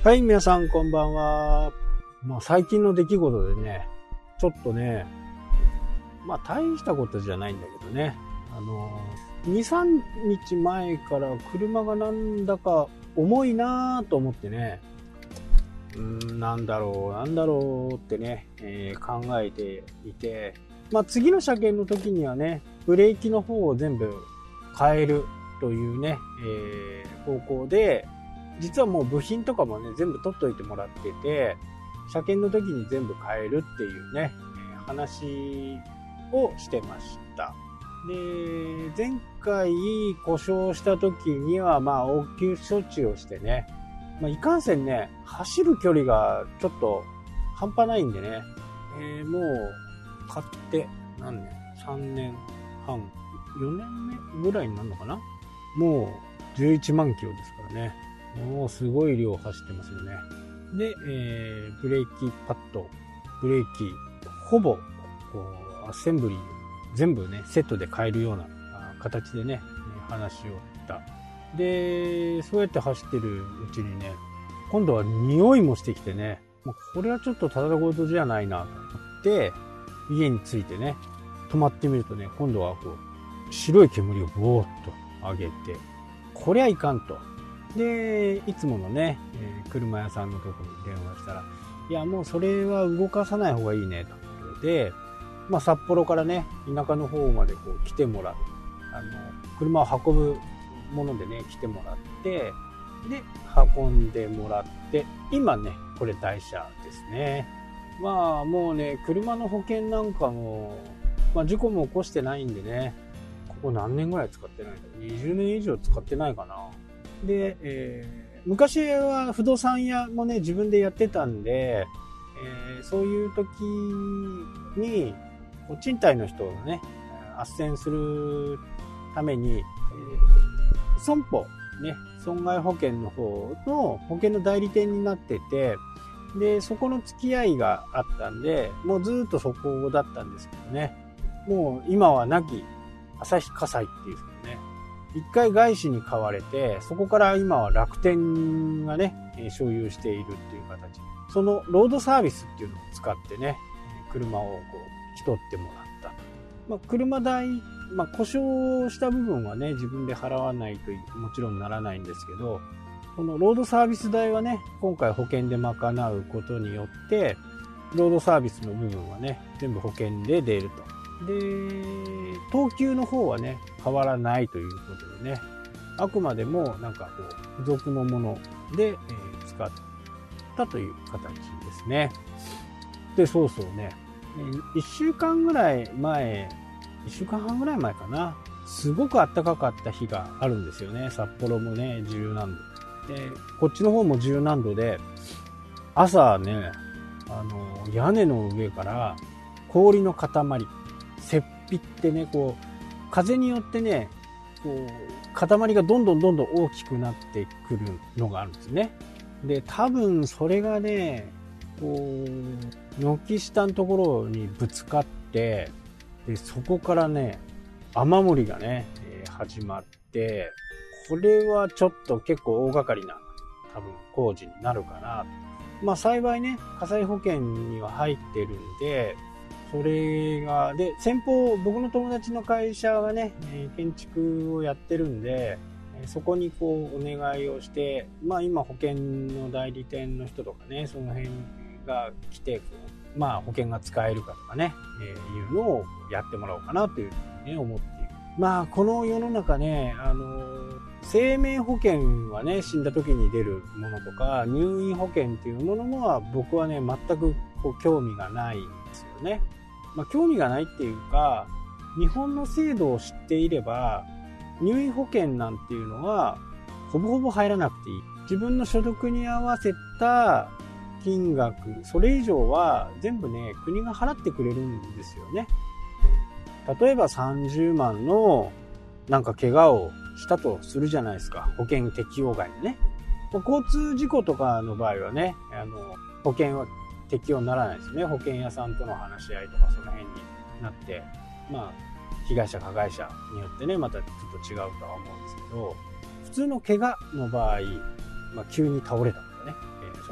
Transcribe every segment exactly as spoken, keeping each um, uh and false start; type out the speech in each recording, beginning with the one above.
はい、皆さんこんばんは。まあ最近の出来事でね、ちょっとね、まあ大したことじゃないんだけどね、あの、に、さんにちまえから車がなんだか重いなぁと思ってね、うーん、なんだろう、なんだろうってね、えー考えていて、まあ次の車検の時にはね、ブレーキの方を全部変えるというね、えー方向で、実はもう部品とかもね、全部取っといてもらってて、車検の時に全部変えるっていうね、えー話をしてました。で、前回故障した時には、まあ応急処置をしてね、まあ、いかんせんね、走る距離がちょっと半端ないんでね、えーもう買って何年 ?さん 年半、よねんめぐらいになるのかな。もうじゅういちまんキロですからね。もうすごい量走ってますよね。で、えーブレーキパッド、ブレーキ、ほぼこうアッセンブリー全部ね、セットで買えるようなあ形でね、話をした。で、そうやって走ってるうちにね、今度は匂いもしてきてね、もうこれはちょっとただ事じゃないなと思って、家に着いてね、止まってみるとね、今度はこう、白い煙をボーっと上げて、こりゃいかんと。で、いつものね、えー車屋さんのところに電話したら、いや、もうそれは動かさない方がいいね、ということで、まあ、札幌からね、田舎の方までこう来てもらう。あの、車を運ぶものでね、来てもらって、で、運んでもらって、今ね、これ台車ですね。まあ、もうね、車の保険なんかも、まあ、事故も起こしてないんでね、ここ何年ぐらい使ってないんだろう。にじゅうねん以上使ってないかな。で、えー昔は不動産屋もね、自分でやってたんで、えーそういう時に、こう賃貸の人をね、斡旋するために、えー損保、ね、損害保険の方の保険の代理店になってて、で、そこの付き合いがあったんで、もうずっとそこだったんですけどね、もう今は亡き旭火災っていうね、一回外資に買われて、そこから今は楽天がね、所有しているっていう形。そのロードサービスっていうのを使ってね、車をこう引き取ってもらった。まあ、車代、まあ、故障した部分はね、自分で払わないともちろんならないんですけど、このロードサービス代はね、今回保険で賄うことによって、ロードサービスの部分はね、全部保険で出ると。で、等級の方はね、変わらないということでね、あくまでもなんかこう、付属のもので、えー使ったという形ですね。で、そうそうね、いっしゅうかんぐらい前、いっしゅうかんはんぐらい前かな、すごく暖かかった日があるんですよね。札幌もね、十何度。で、こっちの方も十何度で、朝ね、あの、屋根の上から氷の塊、雪庇ってね、こう、風によってね、こう、塊がどんどんどんどん大きくなってくるのがあるんですね。で、多分それがね、こう、軒下のところにぶつかって、で、そこからね、雨漏りがね、えー始まって、これはちょっと結構大掛かりな、多分工事になるかなと。まあ幸いね、火災保険には入ってるんで、それが、で、先方、僕の友達の会社がね、えー建築をやってるんで、えーそこにこうお願いをして、まあ今保険の代理店の人とかね、その辺が来て、こうまあ保険が使えるかとかね、えーいうのをやってもらおうかなというふうにね、思っている。まあこの世の中ね、あのー生命保険はね、死んだ時に出るものとか、入院保険っていうものも僕はね、全くこう興味がないんですよね。まあ、興味がないっていうか、日本の制度を知っていれば、入院保険なんていうのは、ほぼほぼ入らなくていい。自分の所得に合わせた金額、それ以上は全部ね、国が払ってくれるんですよね。例えばさんじゅうまんのなんか怪我をしたとするじゃないですか。保険適用外でね。交通事故とかの場合はね、あの、保険は適用にならないですね。保険屋さんとの話し合いとかその辺になって、まあ、被害者加害者によってね、またちょっと違うとは思うんですけど、普通の怪我の場合、まあ、急に倒れたとかね、えー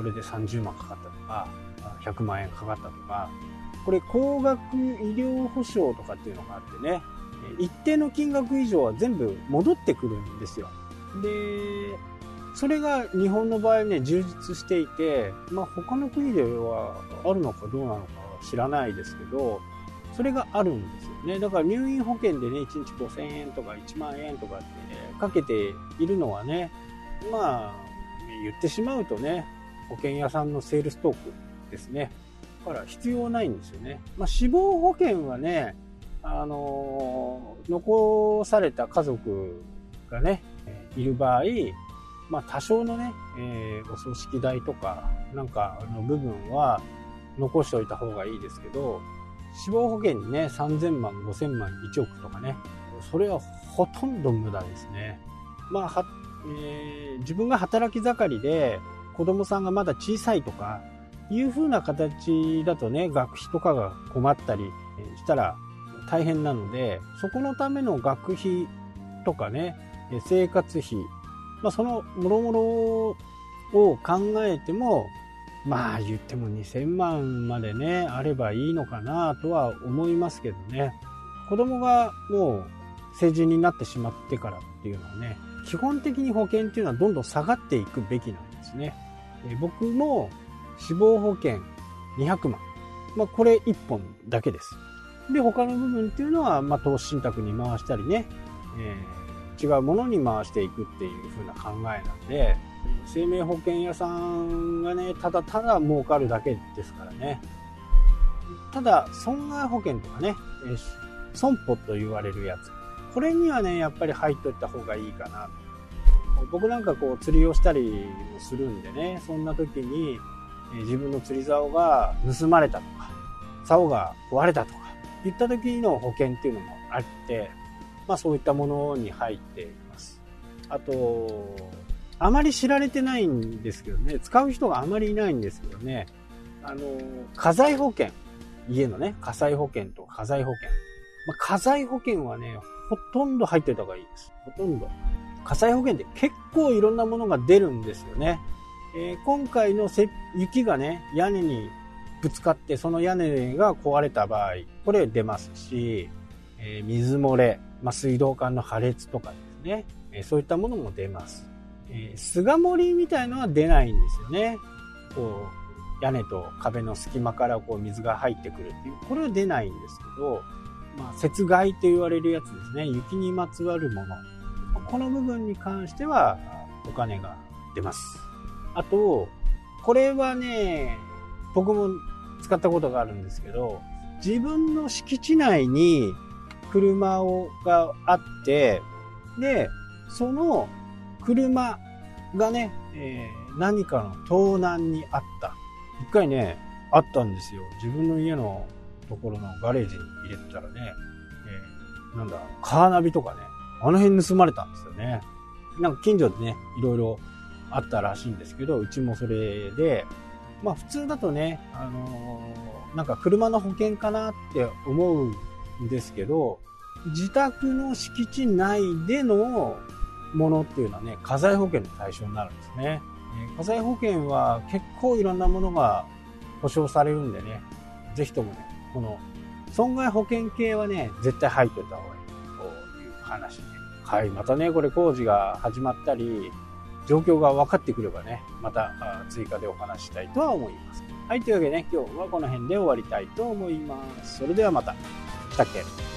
それでさんじゅうまんかかったとか、ひゃくまんえんかかったとか、これ高額医療保障とかっていうのがあってね、一定の金額以上は全部戻ってくるんですよ。で、それが日本の場合ね、充実していて、まあ他の国ではあるのかどうなのか知らないですけど、それがあるんですよね。だから入院保険でね、いちにちごせんえんとかいちまんえんとかって、ね、かけているのはね、まあ言ってしまうとね、保険屋さんのセールストークですね。だから必要ないんですよね。まあ死亡保険はね、あのー、残された家族がね、いる場合、まあ多少のね、えー、お葬式代とかなんかの部分は残しておいた方がいいですけど、死亡保険にね、さんぜんまん、ごせんまん、いちおくとかね、それはほとんど無駄ですね。まあ、は、えー、自分が働き盛りで子供さんがまだ小さいとかいう風な形だとね、学費とかが困ったりしたら大変なので、そこのための学費とかね、生活費、まあ、そのもろもろを考えても、まあ言ってもにせんまんまでね、あればいいのかなとは思いますけどね。子供がもう成人になってしまってからっていうのはね、基本的に保険っていうのはどんどん下がっていくべきなんですね。え僕も死亡保険にひゃくまん。まあこれいっぽんだけです。で、他の部分っていうのは、まあ投資信託に回したりね、えー、違うものに回していくっていう風な考えなんで、生命保険屋さんがね、ただただ儲かるだけですからね。ただ、損害保険とかね、損保と言われるやつ。これにはね、やっぱり入っといた方がいいかな。僕なんかこう釣りをしたりもするんでね、そんな時に自分の釣り竿が盗まれたとか、竿が壊れたとか、いった時の保険っていうのもあって、まあそういったものに入っています。あと、あまり知られてないんですけどね、使う人があまりいないんですけどね、あの、家財保険、家のね、火災保険と家財保険。まあ、家財保険はね、ほとんど入っておいた方がいいです。ほとんど。火災保険って結構いろんなものが出るんですよね。えー、今回のせ雪がね、屋根にぶつかってその屋根が壊れた場合、これ出ますし、えー、水漏れ、まあ、水道管の破裂とかですね、えー、そういったものも出ます。えー、巣が漏りみたいのは出ないんですよね。こう屋根と壁の隙間からこう水が入ってくるっていう、これは出ないんですけど、まあ、雪害と言われるやつですね。雪にまつわるもの。この部分に関してはお金が出ます。あと、これはね、僕も使ったことがあるんですけど、自分の敷地内に車をがあって、で、その車がね、えー、何かの盗難にあった。一回ね、あったんですよ。自分の家のところのガレージに入れてたらね、えー、なんだ、カーナビとかね、あの辺盗まれたんですよね。なんか近所でね、いろいろあったらしいんですけど、うちもそれで、まあ普通だとね、あのー、なんか車の保険かなって思うんですけど、自宅の敷地内でのものっていうのはね、家財保険の対象になるんですね。えー、家財保険は結構いろんなものが保証されるんでね、ぜひともね、この損害保険系はね、絶対入っといた方がいいという話で。はい、またね、これ工事が始まったり、状況が分かってくればね、また追加でお話ししたいとは思います。はい、というわけでね、今日はこの辺で終わりたいと思います。それではまた。したっけ